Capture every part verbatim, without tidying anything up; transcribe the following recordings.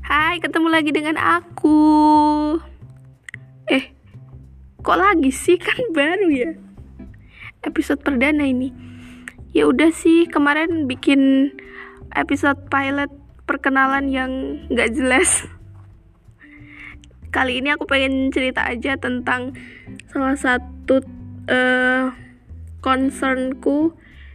Hai, ketemu lagi dengan aku. Eh, kok lagi sih? Kan baru ya episode perdana ini. Ya udah sih, kemarin bikin episode pilot perkenalan yang gak jelas. Kali ini aku pengen cerita aja tentang salah satu uh, concernku,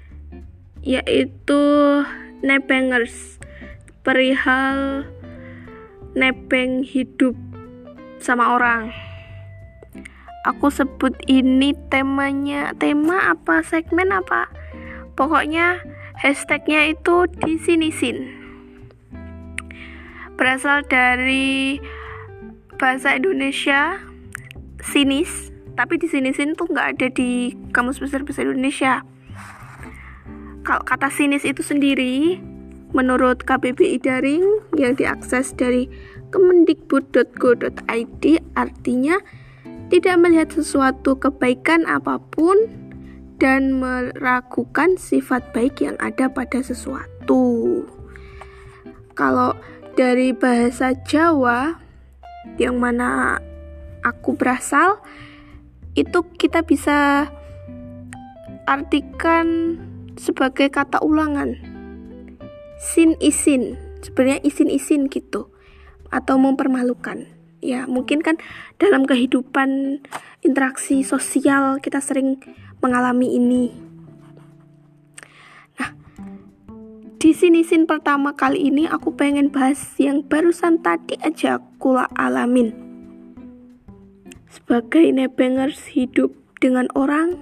yaitu nebengers, perihal nebeng hidup sama orang. Aku sebut ini temanya, tema apa, segmen apa, pokoknya hashtagnya itu disinisin. Berasal dari bahasa Indonesia sinis, tapi disinisin tuh nggak ada di Kamus Besar Bahasa Indonesia. Kalau kata sinis itu sendiri, menurut K B B I Daring yang diakses dari kemendikbud dot go dot i d, artinya tidak melihat sesuatu kebaikan apapun dan meragukan sifat baik yang ada pada sesuatu. Kalau dari bahasa Jawa yang mana aku berasal, itu kita bisa artikan sebagai kata ulangan. Sin isin, sebenarnya isin-isin gitu, atau mempermalukan. Ya, mungkin kan dalam kehidupan interaksi sosial kita sering mengalami ini. Nah, di sinisin pertama kali ini aku pengen bahas yang barusan tadi aja aku alamin. Sebagai nebengers hidup dengan orang,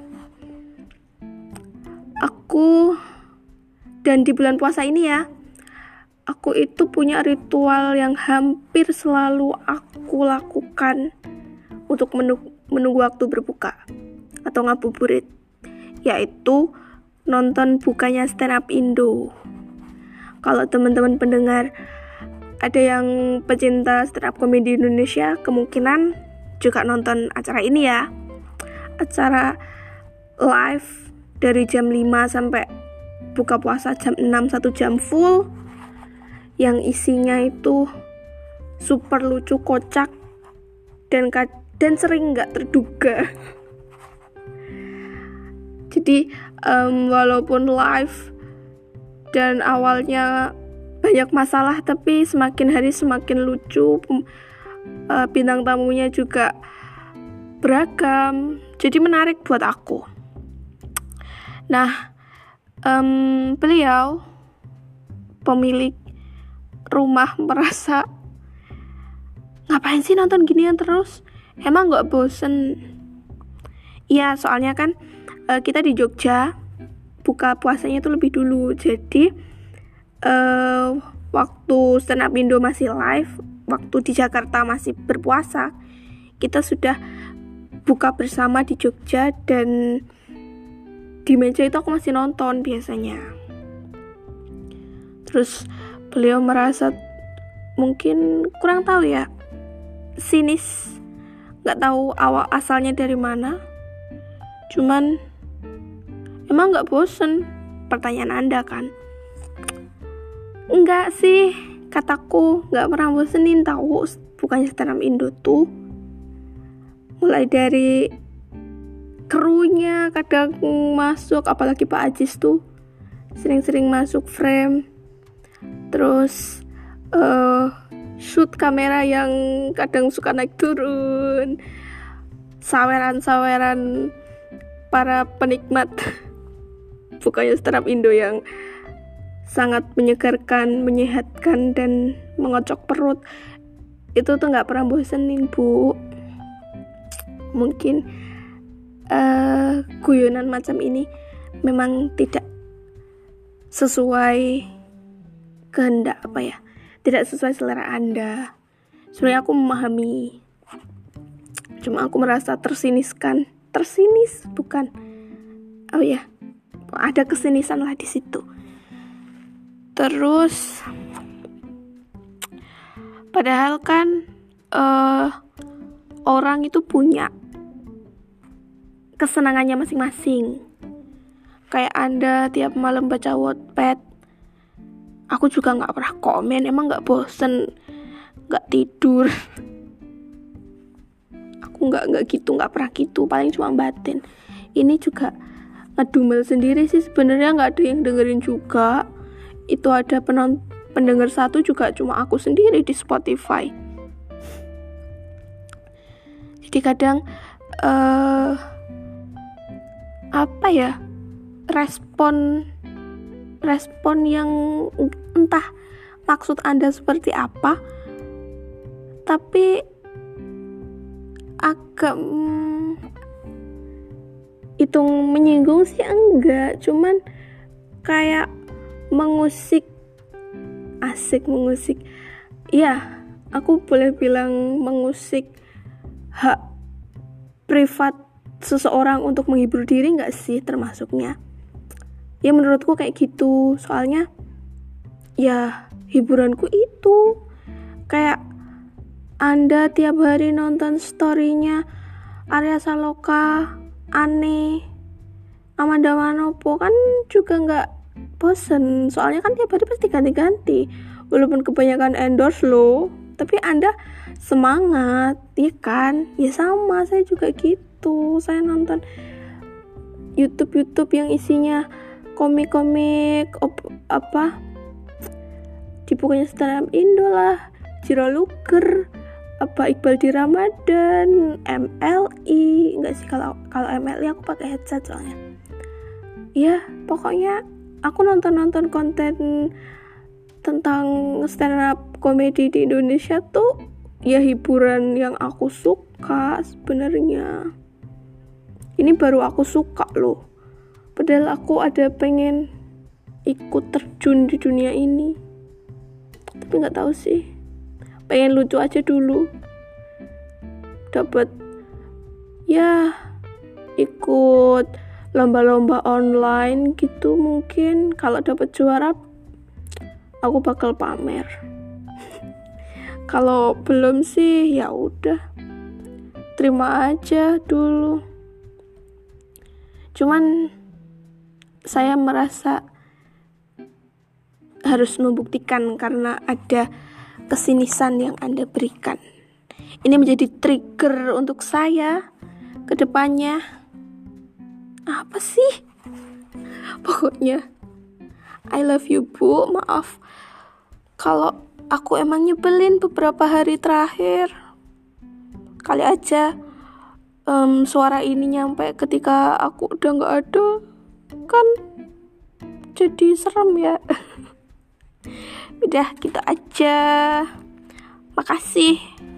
aku dan di bulan puasa ini ya, aku itu punya ritual yang hampir selalu aku lakukan untuk menunggu, menunggu waktu berbuka atau ngabuburit, yaitu nonton bukanya stand up Indo. Kalau teman-teman pendengar ada yang pecinta stand up komedi Indonesia, kemungkinan juga nonton acara ini ya. Acara live dari jam lima sampai buka puasa jam enam, satu jam full, yang isinya itu super lucu, kocak, dan dan sering nggak terduga. Jadi um, walaupun live dan awalnya banyak masalah, tapi semakin hari semakin lucu. uh, bintang tamunya juga beragam, jadi menarik buat aku. Nah, um, beliau pemilik rumah merasa, ngapain sih nonton ginian terus? Emang gak bosen? Iya, soalnya kan uh, kita di Jogja buka puasanya itu lebih dulu. Jadi uh, waktu stand up Indo masih live, waktu di Jakarta masih berpuasa, kita sudah buka bersama di Jogja, dan di meja itu aku masih nonton biasanya. Terus beliau merasa mungkin kurang tahu ya, sinis, nggak tahu awal asalnya dari mana. Cuman emang nggak bosen? Pertanyaan Anda kan? Enggak sih, kataku nggak pernah bosenin tahu. Bukannya stand up Indo tuh mulai dari krunya kadang masuk, apalagi Pak Ajis tuh sering-sering masuk frame. Terus uh, shoot kamera yang kadang suka naik turun, saweran-saweran para penikmat bukannya stand up Indo yang sangat menyegarkan, menyehatkan, dan mengocok perut. Itu tuh gak pernah bosenin, Bu. Mungkin uh, guyonan macam ini memang tidak sesuai kehendak, apa ya, tidak sesuai selera Anda. Sebenarnya aku memahami, cuma aku merasa tersiniskan, tersinis bukan, oh ya, ada kesinisan lah di situ. Terus padahal kan uh, orang itu punya kesenangannya masing-masing. Kayak Anda tiap malam baca Wattpad, aku juga gak pernah komen, emang gak bosen. nggak tidur. Aku nggak nggak gitu, nggak pernah gitu, paling cuma batin. Ini juga ngedumel sendiri sih sebenarnya, nggak ada yang dengerin juga. Itu ada penonton pendengar satu juga cuma aku sendiri di Spotify. Jadi kadang uh, apa ya, respon respon yang entah maksud Anda seperti apa, tapi agak hmm, hitung menyinggung sih enggak, cuman kayak mengusik, asik mengusik. Ya, aku boleh bilang mengusik hak privat seseorang untuk menghibur diri nggak sih termasuknya? Ya menurutku kayak gitu. Soalnya ya hiburanku itu kayak Anda tiap hari nonton story-nya Arya Saloka, Ane, Amanda Manopo kan juga nggak bosen. Soalnya kan tiap hari pasti ganti-ganti. Walaupun kebanyakan endorse loh, tapi Anda semangat, ya kan? Ya sama, saya juga gitu. Saya nonton YouTube-YouTube yang isinya komik-komik op, apa di bukunya stand up Indo lah, Jiro Luger, apa Iqbal di Ramadan, M L I. Enggak sih, kalau kalau M L I aku pakai headset soalnya. Ya, pokoknya aku nonton-nonton konten tentang stand up komedi di Indonesia tuh ya hiburan yang aku suka sebenarnya. Ini baru aku suka loh. Padahal aku ada pengen ikut terjun di dunia ini. Tapi nggak tahu sih. Pengen lucu aja dulu. Dapat ya ikut lomba-lomba online gitu mungkin. Kalau dapat juara aku bakal pamer. Kalau belum sih ya udah, terima aja dulu. Cuman saya merasa harus membuktikan karena ada kesinisan yang Anda berikan. Ini menjadi trigger untuk saya ke depannya. Apa sih? Pokoknya I love you, Bu. Maaf kalau aku emang nyebelin beberapa hari terakhir. Kali aja um, suara ini nyampe ketika aku udah gak ada. Kan jadi serem ya. Udah gitu aja. Makasih.